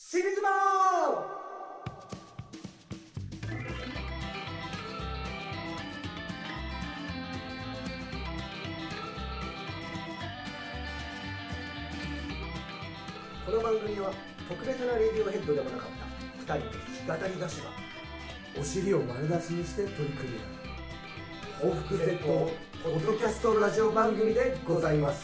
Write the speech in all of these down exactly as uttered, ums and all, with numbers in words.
シリズマこの番組は特別なレディオヘッドでもなかったふたりの弾き語り歌手がお尻を丸出しにして取り組み報復絶倒ポッドキャストラジオ番組でございます。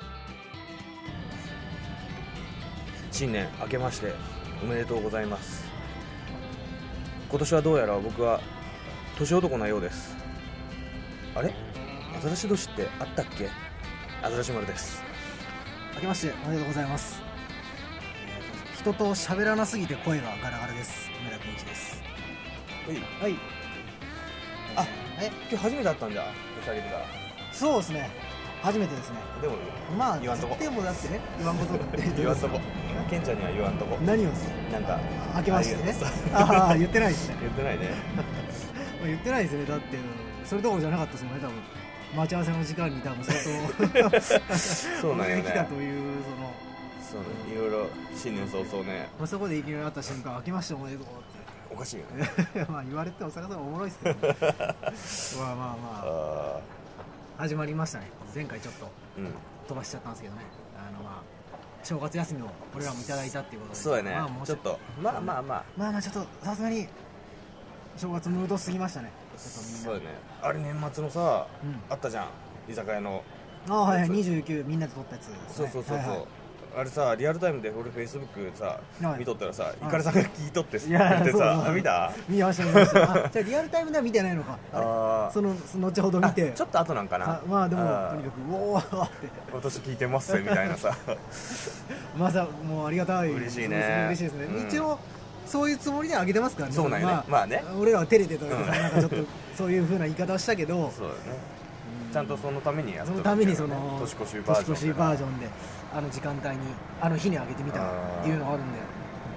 新年明けましておめでとうございます。今年はどうやら僕は年男なようです。あれ、アザラシ年ってあったっけ？アザラシ丸です。 明けましておめでとうございます。人と喋らなすぎて声がガラガラです。梅田健一です。 はいはい。 あ、え、今日初めて会ったんじゃ年上げてから。 そうですね、初めてですね。 でもまあ言わんとこでもだってね、言わんことって言わんとこケンちゃんには言わんとこ。 何をなんか明けましてね。ああ言ってないですね。 言ってないね言ってないですね。だってそれどころじゃなかったですもんね。多分待ち合わせの時間に多分相当そうなんよね。 来たというそのそうね、いろいろ新年早々ね、 まあ、そこでいきなり会った瞬間明けましておめでとうっておかしいよねまあ言われても坂さんおもろいですけど、ね、まあまあまあ始まりましたね。前回ちょっと飛ばしちゃったんですけどね、あのまあ正月休みを俺らもいただいたっていうことで、 そうやね、 まあ、もうちょっとまあまあまあまあまあちょっとさすがに正月ムードすぎましたね。ちょっとみんなそうやね。あれ年末のさ、 うん、 あったじゃん居酒屋の。 ああはいはい、にじゅうきゅうみんなで撮ったやつですね。 そうそうそうそう、 はいはい、 あれさリアルタイムで俺フェイスブックさ、 はい、 見とったらさ、イカルさんが聞いとっていやってさ、 そう見た見ました見ましたあじゃあリアルタイムでは見てないのか。 あその後ほど見てちょっと後なんかな。 まあでもあとにかくうおーって今年聞いてますみたいなさまさもうありがたい。 嬉しいね。 嬉しいですね、 うん、 一応そういうつもりであげてますからね。 そうなんよね、まあ、まあね、 俺らは照れてというか、 うん、 なんかちょっとそういう風な言い方をしたけどそうだね、ちゃんとそのためにやっとる、 そのためにその年越しバージョンで、 年越しバージョンであの時間帯にあの日にあげてみたっていうのがあるんで、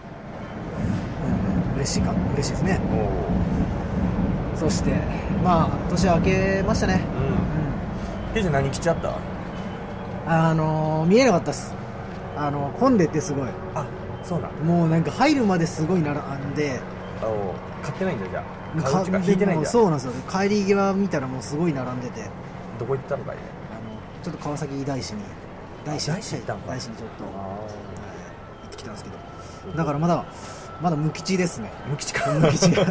うん、嬉しいか嬉しいですね。そしてまあ年明けましたね。 うん、ケイちゃん何来ちゃった？ あのー、見えなかったっす。あの混んでてすごい。 あ、そうなん。 もうなんか入るまですごい並んで、 あお買ってないんだ。じゃあ買うかか引いてないんだ。 そうなんですよ。帰り際見たらもうすごい並んでて、 どこ行ったのかいね。 あのちょっと川崎大師に大師大師行ったんか。 大師にちょっと行ってきたんですけど、だからまだまだ無吉ですね。 無吉か。 無吉どう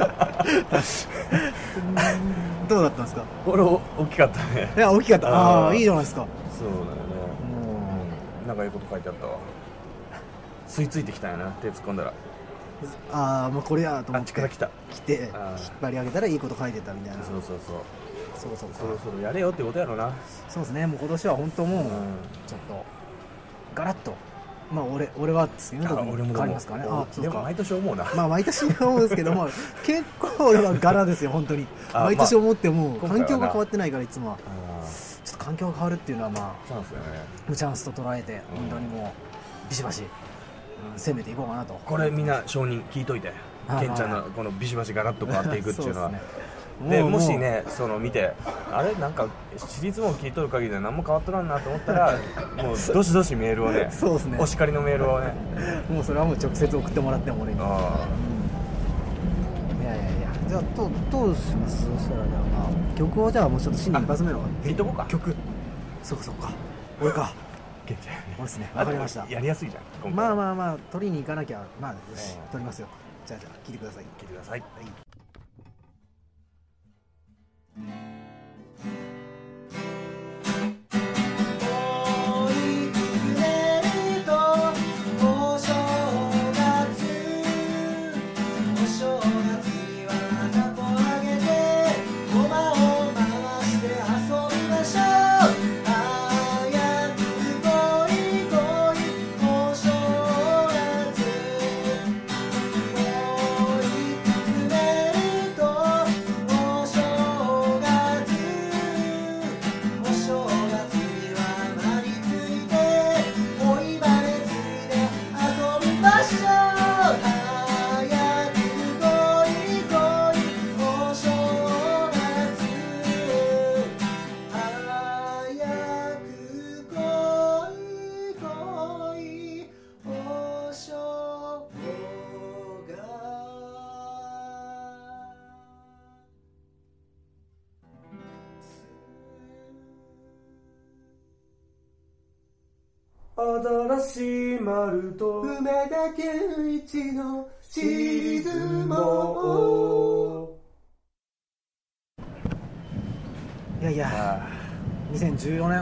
だったんですか？ 俺大きかったね。 いや大きかった。ああーいいじゃないですか。 そうだよね。うん、なんかいいこと書いてあったわ。吸い付いてきたんやな、手突っ込んだら。 ああもうこれやと思って。 あっちから来た。 来て引っ張り上げたらいいこと書いてたみたいな。 そうそうそう。 そうそうそろそろやれよってことやろな。 そうですね。もう今年は本当もう、うん、ちょっとガラッと。まあ俺俺はですね。 俺も変わりますからね。あでも毎年思うな。 まあ毎年思うんですけども結構俺は柄ですよ本当に。毎年思っても、まあ、環境が変わってないからいつもはちょっと環境が変わるっていうのはまあチャンスよね。 チャンスと捉えて本当にもうビシバシ、うん、攻めていこうかなと。 これみんな承認聞いといて。ケンちゃんのこのビシバシガラッと変わっていくっていうのは。でもしね、その見てあれなんかシリーズも聞いとる限りで何も変わっとらんなと思ったらもうどしどしメールをね、 そうですね、 お叱りのメールをねもうそれはもう直接送ってもらっても俺に。あ、うん、いやいやいや、じゃあどうどうします？そしたらじゃあ、まあ、曲をじゃあもうちょっと新年一発目の弾いとこうか。 曲そうかそうか俺かケンちゃん俺ですね。わかりました。 やりやすいじゃん。 まあまあまあ取りに行かなきゃまあよし、えー、取りますよ。じゃあじゃあ聞いてください。 聞いてください。はい。 おアザラシ丸と梅田健一のシリーズもいやいやにせんじゅうよねん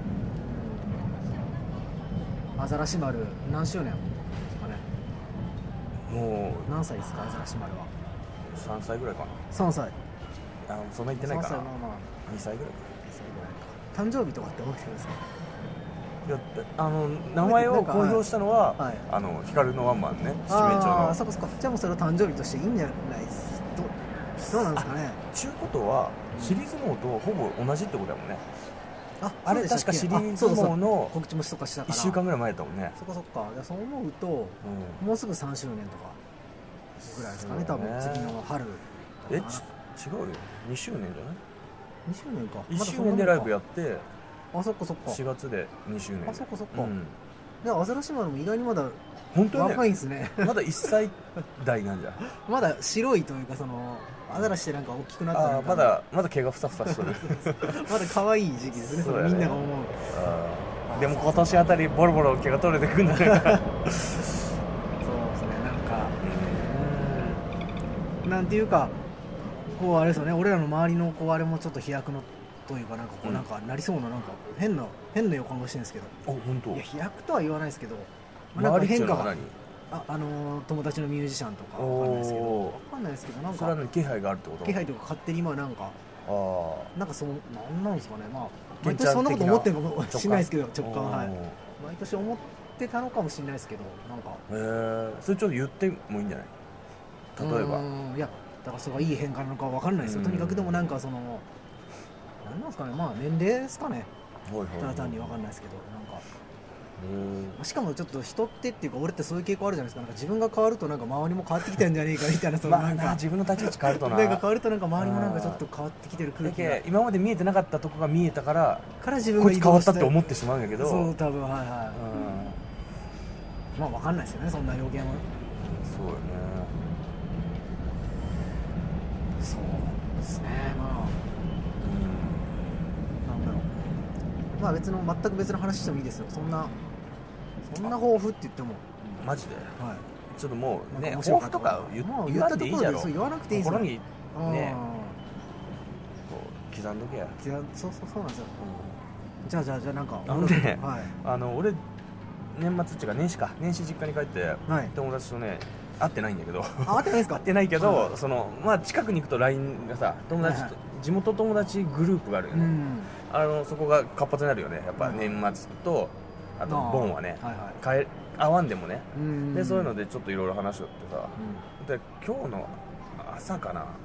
アザラシ丸何周年ですかね。 も何歳ですかアザラシ丸は。 うさんさいぐらいかな。 さんさい。 あそんな言ってないかな。 さんさい、まあまあにさいぐらいかにさいぐらいか。誕生日とかって覚えてるんですか。 いやあの名前を公表したのは、 はい、 あの光のワンマンね、七面鳥の。 ああそこそこ。じゃあもうそれを誕生日としていいんじゃないですか。どうなんですかね。 ちゅうことはシリーズモーとほぼ同じってことだもんね。 あ, あれ確かシリーズモーの告知もとかしたからいっしゅうかんぐらい前だったもんね。 そっかそっか。いやそう思うと、うん、もうすぐさんしゅうねんとかぐらいですかね、ね多分次の春。 えち違うよにしゅうねんじゃない。 にしゅうねんか。 いっしゅうねんでライブやって、 あそっかそっか。 しがつでにしゅうねん。 あそっかそっか、 うん、 でアザラシ丸も意外にまだ本当、ね、 若いんですねまだいっさい代なんじゃまだ白いというか、そのアザラシってなんか大きくなったあまだまだ毛がふさふさしてるまだ可愛い時期ですね、それみんなが思う。 あでも今年あたりボロボロ毛が取れてくんだねそうですね、 なんかうんなんていうかこうあれですよね、俺らの周りのこうあれもちょっと飛躍のというか、なんかこう、うん、なんかなりそうななんか変な変な予感がしてるんですけど。 あ本当。 いや飛躍とは言わないですけど、 まあ、なんか変化があ、あのー、友達のミュージシャンとかわかんないですけど、わかんないですけど、なんかそれは気配があるってこと。 気配とか勝手に今なんかあなんかそうなんなんですかね、まあ毎年そんなこと思ってるかもしれないですけど、直感はい毎年思ってたのかもしれないですけど、なんかへえそれちょっと言ってもいいんじゃない。例えばいやだからそれがいい変化なのかわかんないですよ。とにかくでもなんかそのなんなんですかね、まあ年齢ですかね、ただ単にわかんないですけど、なんかしかもちょっと人ってっていうか俺ってそういう傾向あるじゃないですか。なんか自分が変わるとなんか周りも変わってきてるんじゃねえかみたいな、そのなんか自分の立ち位置変わるとななんか変わるとなんか周りもなんかちょっと変わってきてる空気が、 今まで見えてなかったとこが見えたからから自分がこいつ変わったって思ってしまうんだけど、 そう多分はいはい、うん、まあわかんないですよね、そんな予言は。 そうよね。 そうですね、まあなんだろう、まあ別の全く別の話してもいいですよ。そんなそんな抱負って言ってもマジで、 はい、 ちょっともうね抱負とか言ったところで言わなくていいですよ。 心にね刻んどけや。 そうそうそうなんですよ、うん、じゃあじゃあじゃあなんかあのね、 はい、 あの俺年末っていうか年始か年始実家に帰って、はい、友達とね会ってないんだけど会ってないですか。 会ってないけど、はい、そのまあ近くに行くと ライン がさ友達と、はいはい、地元友達グループがあるよね、うん、あのそこが活発になるよねやっぱ年末とあとボンはね、はいはい、会わんでもね、うんでそういうのでちょっといろいろ話しとってさ、うん、で今日の朝かな、はい、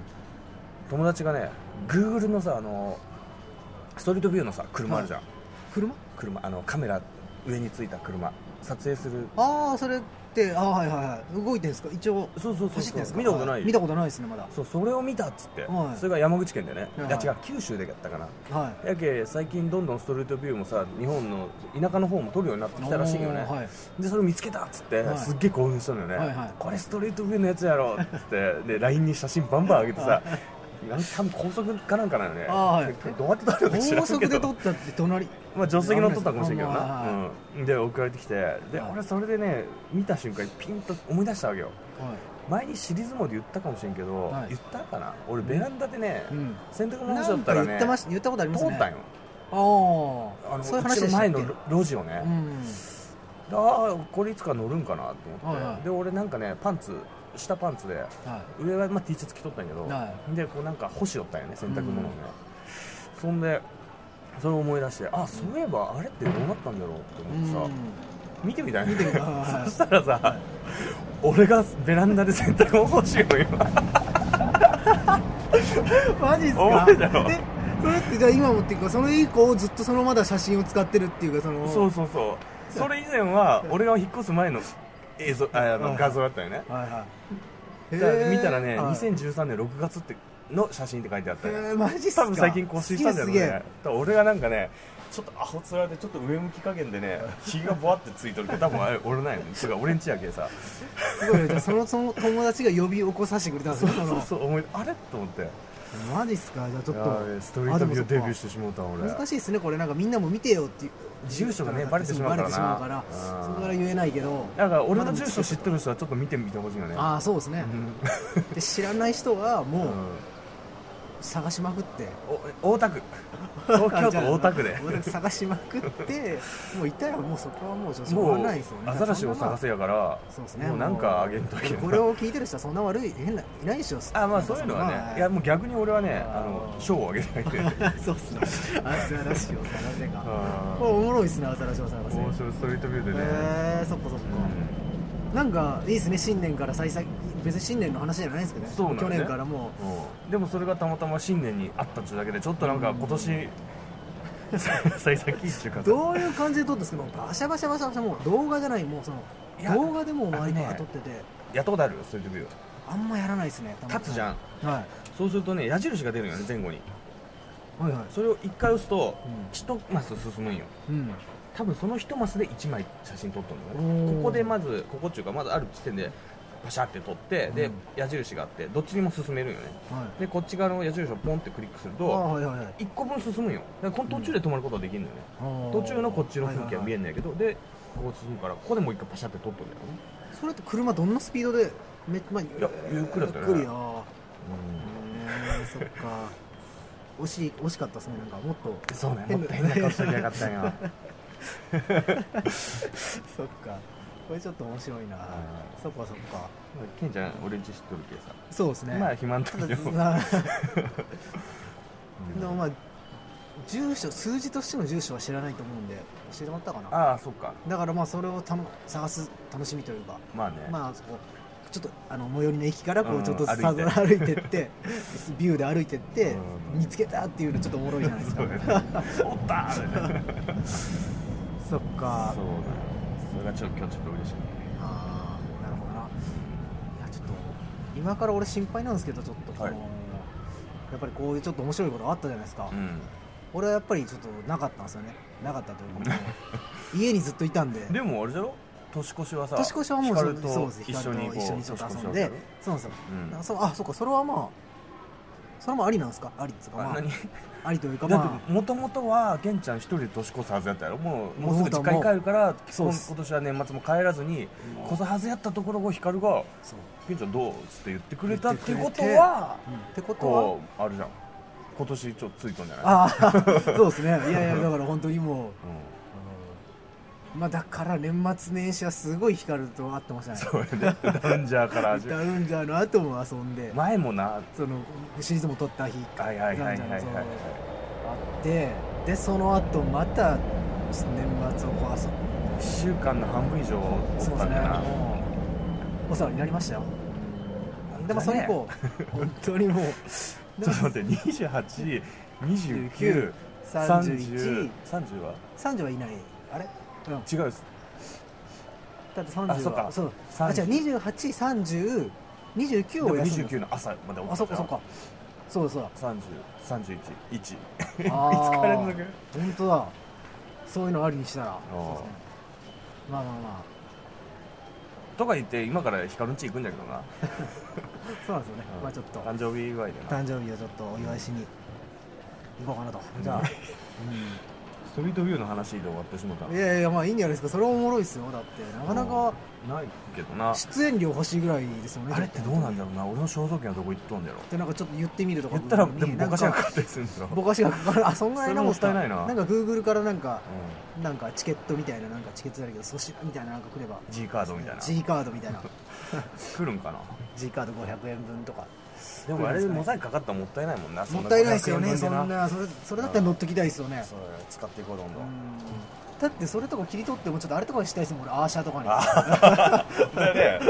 友達がね Google のさあのストリートビューのさ車あるじゃん、はい、 車車あのカメラ上についた車撮影する。 ああそれってあはいはいはい動いてるんですか一応。そうそうそう走ってんですか。 見たことない、 見たことないですねまだ。 そうそれを見たっつって、はい、それが山口県でね、はい、いや違う九州でやったかな、はい、やけ最近どんどんストリートビューもさ日本の田舎の方も撮るようになってきたらしいよね、はい、でそれを見つけたっつって、はい、すっげえ興奮したのよね、はいはい、これストリートビューのやつやろっつってで ライン に写真バンバン上げてさなん多分高速かなんかなよね。あ、はい、どうやって撮るのか知らんけど高速で撮ったって隣まあ助手席乗っとったかもしれんけどな、うん、で送られてきてで、はい、俺それでね見た瞬間にピンと思い出したわけよ、はい、前にシリーズモーで言ったかもしれんけど、はい、言ったかな俺ベランダでね、うん、洗濯物しとったらね言ってまし言ったことありますね。通ったんよ。ああのそういう話でしたっけ。うちの前の路地をね、うん、ああこれいつか乗るんかなと思って、はいはい、で俺なんかねパンツ下パンツで、はい、上はまあ T シャツ着とったんやけど、はい、でこうなんか干しよったんよね洗濯物をね、うん、そんでそれを思い出してあそういえばあれってどうなったんだろうって思ってさ、うん、見てみたいな。見てみたいそしたらさ、はい、俺がベランダで洗濯物干しよ今マジっすか。 覚えたろ。 えそれってじゃあ今もっていうかそれ以降ずっとそのまだ写真を使ってるっていうかそのそうそうそうそれ以前は俺が引っ越す前の映像あの画像だったよね、はいはい、だから見たらね、はい、にせんじゅうさんねんろくがつっての写真って書いてあったよ、 えー、マジっすか。 多分最近更新したんだよね。だから俺がなんかねちょっとアホ面でちょっと上向き加減でねひげがボワってついとるけど多分あれ俺なんよねてか俺んちやけさすごいね。じゃあそのその友達が呼び起こさせてくれたんですよ。 そうそうそう思いあれと思ってマジっすか。じゃあちょっいやとーストリートビューデビューしてしもうた俺。 難しいですねこれ。なんかみんなも見てよっていう住所がねバレてしまうからな。 バレてしまうからうんそこから言えないけど、 だから俺の住所知ってる人はちょっと見てみてほしいよね。 ああそうですね、 うんで知らない人はもううん探しまくってお大田区東京都大田区で大田区探しまくってもういたらもうそこはもうちょっとしょうもうがないですよね。 アザラシを探せやからそうですね。 もうなんかあげんといけない。 これを聞いてる人はそんな悪い変ないないでしょ。 あまあそういうのはね、いやもう逆に俺はねあーあの賞をあげたいんでそうっすね。アザラシを探せか。 あーこれおもろいっすねアザラシを探せ。 面白いストリートビューでね、 えー、そっかそっか。なんかいいですね新年から幸先別に新年の話じゃないですけどね。 そうなんだね去年からもうんでもそれがたまたま新年にあったっちゅうだけでちょっとなんか今年幸先いいっちゅうかうどういう感じで撮ったんですか。もうバシャバシャバシャバシャもう動画じゃないもうそのいや動画でもうマイクあのねが撮ってて、 やったことあるストリートビューあんまやらないですね。 立つじゃん。 はそうするとね矢印が出るよね前後に。 いはいはい。 それをいっかい押すとういちマス進むんよ。 うん。 多分そのいちマスでいちまい写真撮っとるのおーね。ここでまずここっていうかまずある地点でパシャって撮ってでうん矢印があってどっちにも進めるんよね。 はい。 でこっち側の矢印をポンってクリックするあとはいはいはい。 いっこぶん進むんよ。だからこの途中で止まることはできるのよね。 あー途中のこっちの風景は見えはいはいはいんないけどでこう進むからここでもう一回パシャって撮っとるんだよね。 それって車どんなスピードでめまあ、いやゆっくりだったよねゆっくりあーへーそっか惜しい惜しかったですね。なんかもっとそうね変なもっと変な顔しときゃよかったんよ。 そっかこれちょっと面白いな。そっかそっかケンちゃん俺んち知っとるけさそうですね。 まあ暇ん時でもまあでもまあ住所数字としての住所は知らないと思うんで教えてもらったかな。 ああそっかだからまあそれをたの探す楽しみというかまあねまあそこちょっとあの最寄りの駅からこううんちょっとずつ歩いて歩いてってビューで歩いてってうん見つけたっていうのちょっとおもろいじゃないですか。 そうだよねおったーそっかそうだよそれがちょっと今日ちょっと嬉しい。 あーなるほどな。いやちょっと今から俺心配なんですけどちょっとこの、 はいやっぱりこういうちょっと面白いことがあったじゃないですか、 うん俺はやっぱりちょっとなかったんですよね。なかったというかもう家にずっといたんででもあれだろ年越しはさ年越しはもう光とそうです一緒にこう一緒にちょっと遊ん年越しでそうなんですよ、 うんあそうあそうかそれはまあそれもありなんですか。ありっつうかまああ何ありというかだまってもともとはケンちゃん一人で年越すはずやったやろ。もうもうすぐ実家に帰るから今そうっす今年は年末も帰らずに越すはずやったところを光があそう、 ケンちゃんどうっつって言ってくれたってこと言ってくれてはうんってことはこうあるじゃん今年ちょっとついとんじゃない。 ああそうですね。いやいやだから本当にもううまあだから年末年始はすごい光と会ってましたね。 んそうやねダウンジャーから始まるダウンジャーの後も遊んで前もなそのシリーズも取った日はいはいはいはいはいダウンジャーのそうはいあってでその後また年末をこう遊んいっしゅうかんの半分以上おそうですねったんだよな。 もうお世話になりましたよ。でもそれ以降本当にもうちょっと待ってにじゅうはち、にじゅうきゅう、さんじゅさんじゅうういち、 さんじゅうはさんじゅうはいないあれうん違うですだってさんじゅうあそうかそうさんじゅうあ違うにじゅうはち、さんじゅう、にじゅうきゅうをでも休んだにじゅうきゅうの朝までおったあそっかそっかそうだそうださんじゅう、さんじゅういち、いちあーいつか連続本当だそういうのありにしたらーそうですねまあまあまとか言って今から光んち行くんだけどなあそうなんですよねうんまあちょっと誕生日祝いでな誕生日をちょっとお祝いしに行こうかなとじゃあストリートビューの話で終わってしまったいやいやまあいいんじゃないですか。それはおもろいですよ。だってなかなかないけどな出演料欲しいぐらいですよね。 あれってどうなんだろろうな俺の肖像権はどこ行っとんだろでなんかちょっと言ってみるとか言ったら Google でにもぼかしがかかったりするんだろぼかしがかかるあそんぐらいなもんすかそれもったいないななんか Google からなんかうなんかチケットみたいななんかチケットだけどそしみたいななんか来ればん G カードみたいな G カードみたいな来るんかな G カードごひゃくえんぶんとかでもあれモザイクかかったらもったいないもんなもったいないですよね。そそんなんなそれそれだったら乗っときたいですよね。 そう使っていこうどんどんうんだってそれとか切り取ってもちょっとあれとかにしたいですもん俺アーシャとかにあだよね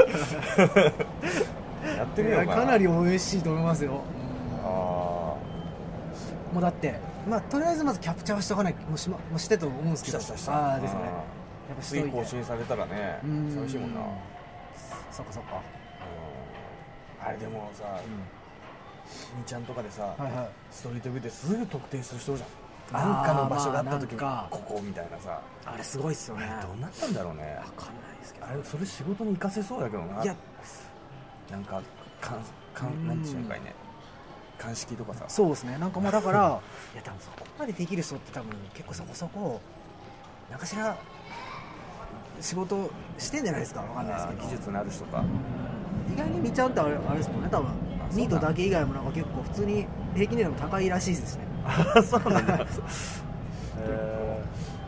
やってみようかなかなり美味しいと思いますよ。 あもうだってまあとりあえずまずキャプチャーはしとかないもうし,、ま、もうしてと思うんですけどしたしたしたああですねやっぱしといて次更新されたらねうん寂しいもんなそっかそっかうんあれでもさにちゃんとかでさはいはいストリートビューですぐ特定する人じゃんあーなんかの場所があった時にまあなんかここみたいなさあれすごいっすよねあれどうなったんだろうねわかんないですけどあれそれ仕事に生かせそうだけどないやなんかかんかうんんなんていうのかいね鑑識とかさ。 そうですね、なんかまあだからいや多分そこまでできる人って多分結構そこそこなんかしら仕事してんじゃないですか。わかんないですけど、 技術のある人か。 意外にみちゃんってあれ、あれですもんね、多分ニートだけ以外もなんか結構普通に平均年齢も高いらしいですね。 あそうなんだへえ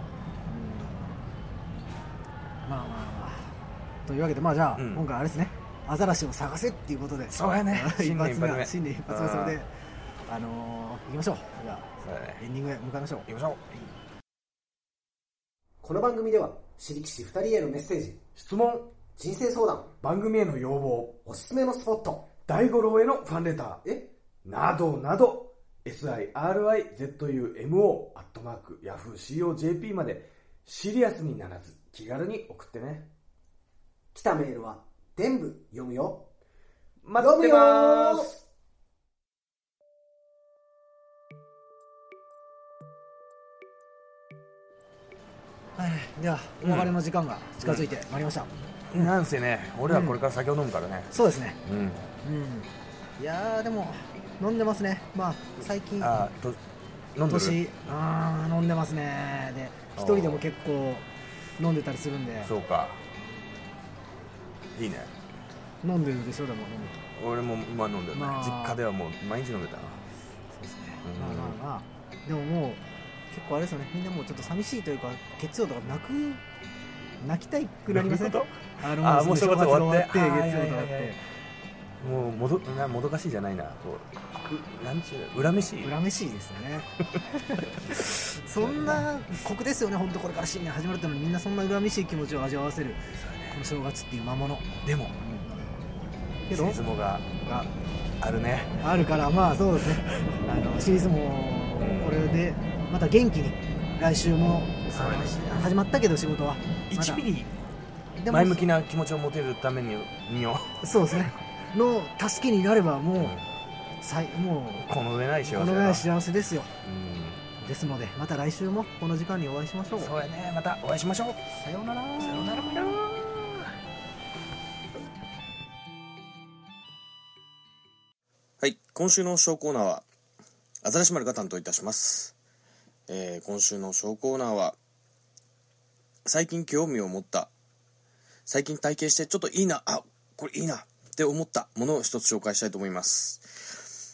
ー、まあまあまあというわけで、まあじゃあ、うん、今回あれですね、アザラシを探せっていうことで、 そうやね新年一発目新年一発目それであのー、行きましょう。じゃあそうや、ね、エンディングへ向かいましょう。 行きましょう。 この番組では私力士ふたりへのメッセージ、 質問、 人生相談、 番組への要望、 おすすめのスポット、 大五郎へのファンレターえなどなど シリズム アットマーク ヤフー シーオージェーピー までシリアスにならず気軽に送ってね。 来たメールは全部読むよ。 待ってまーす。 はい、ではお別れの時間が近づいてまいりました。 うん、なんせね、俺はこれから酒を飲むからね。 うん、そうですね。 うん。うん、 いやーでも飲んでますね。まあ最近あと飲んでる。 年あー飲んでますね。で一人でも結構飲んでたりするんで。 そうか。いいね。 飲んでるでしょ。でも飲む。俺もまあ飲んでるね、まあ、実家ではもう毎日飲んでたな。 そうですね。まあまあまあでももう結構あれですよね。みんなもうちょっと寂しいというか月曜とか泣く泣きたいくなりません？あのあもう正月終わって月曜とかってもうもどなもどかしいじゃないな、こうなんちゅう恨めしい恨めしいですよねそんな酷ですよね本当。これから新年始まるってのにみんなそんな恨めしい気持ちを味わわせるこの正月っていう魔物でも、うん、けどシリズモががあるねあるから、まあそうですねあのシリズモこれでまた元気に来週も始まったけど仕事はいちミリ前向きな気持ちを持てるためにそうですねの助けになればもう、うん、もうこの上ない幸せこの上ない幸せですよ、うん、ですのでまた来週もこの時間にお会いしましょう。 そうやね、またお会いしましょう。 さようなら。 さようなら。はい、今週のショーコーナーはアザラシ丸が担当いたします。えー、今週のショーコーナーは最近興味を持った最近体験してちょっといいなあこれいいなって思ったものを一つ紹介したいと思います。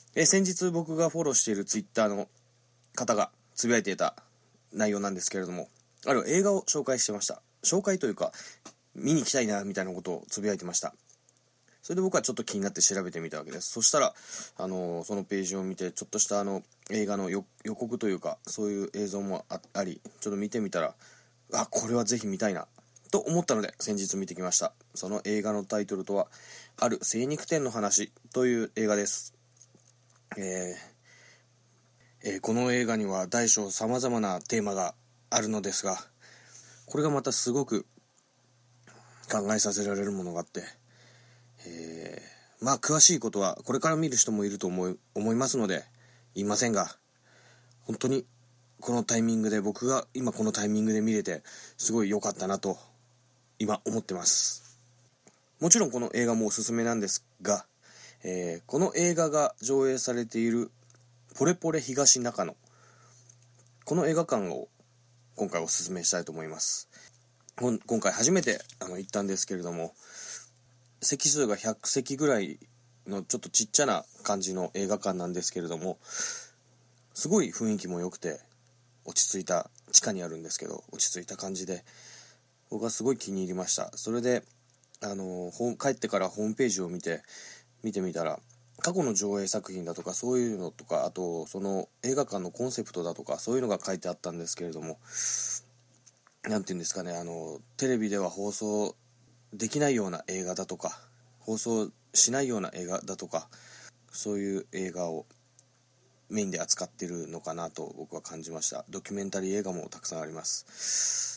えー、先日僕がフォローしているツイッターの方がつぶやいていた内容なんですけれども、ある映画を紹介してました。紹介というか見に行きたいなみたいなことをつぶやいてました。それで僕はちょっと気になって調べてみたわけです。そしたらあのー、そのページを見てちょっとしたあの映画の予告というかそういう映像も あ, ありちょっと見てみたらあこれはぜひ見たいなと思ったので先日見てきました。その映画のタイトルとはある精肉店の話という映画です。えーえー、この映画には大小さまざまなテーマがあるのですがこれがまたすごく考えさせられるものがあって、えー、まあ詳しいことはこれから見る人もいると思い、思いますので言いませんが本当にこのタイミングで僕が今このタイミングで見れてすごい良かったなと今思ってます。もちろんこの映画もおすすめなんですが、えー、この映画が上映されているポレポレ東中野この映画館を今回おすすめしたいと思います。今回初めてあの行ったんですけれども席数がひゃくせきぐらいのちょっとちっちゃな感じの映画館なんですけれどもすごい雰囲気も良くて落ち着いた地下にあるんですけど落ち着いた感じで僕はすごい気に入りました。それであの帰ってからホームページを見て見てみたら過去の上映作品だとかそういうのとかあとその映画館のコンセプトだとかそういうのが書いてあったんですけれどもなんていうんですかねあのテレビでは放送できないような映画だとか放送しないような映画だとかそういう映画をメインで扱ってるのかなと僕は感じました。ドキュメンタリー映画もたくさんあります。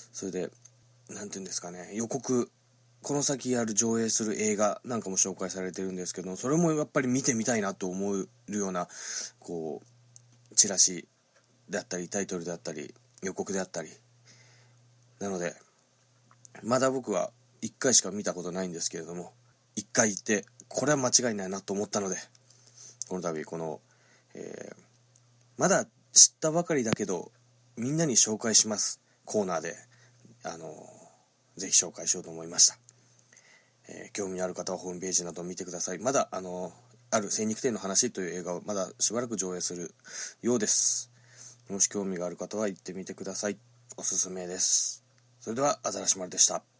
それでなんていうんですかね予告この先やる上映する映画なんかも紹介されてるんですけどそれもやっぱり見てみたいなと思うようなこうチラシであったりタイトルであったり予告であったりなのでまだ僕はいっかいしか見たことないんですけれどもいっかい行ってこれは間違いないなと思ったのでこの度このえー、まだ知ったばかりだけどみんなに紹介しますコーナーで、あのー、ぜひ紹介しようと思いました。えー、興味のある方はホームページなどを見てください。まだあのー、ある精肉店の話という映画をまだしばらく上映するようです。もし興味がある方は行ってみてください。おすすめです。それではアザラシ丸でした。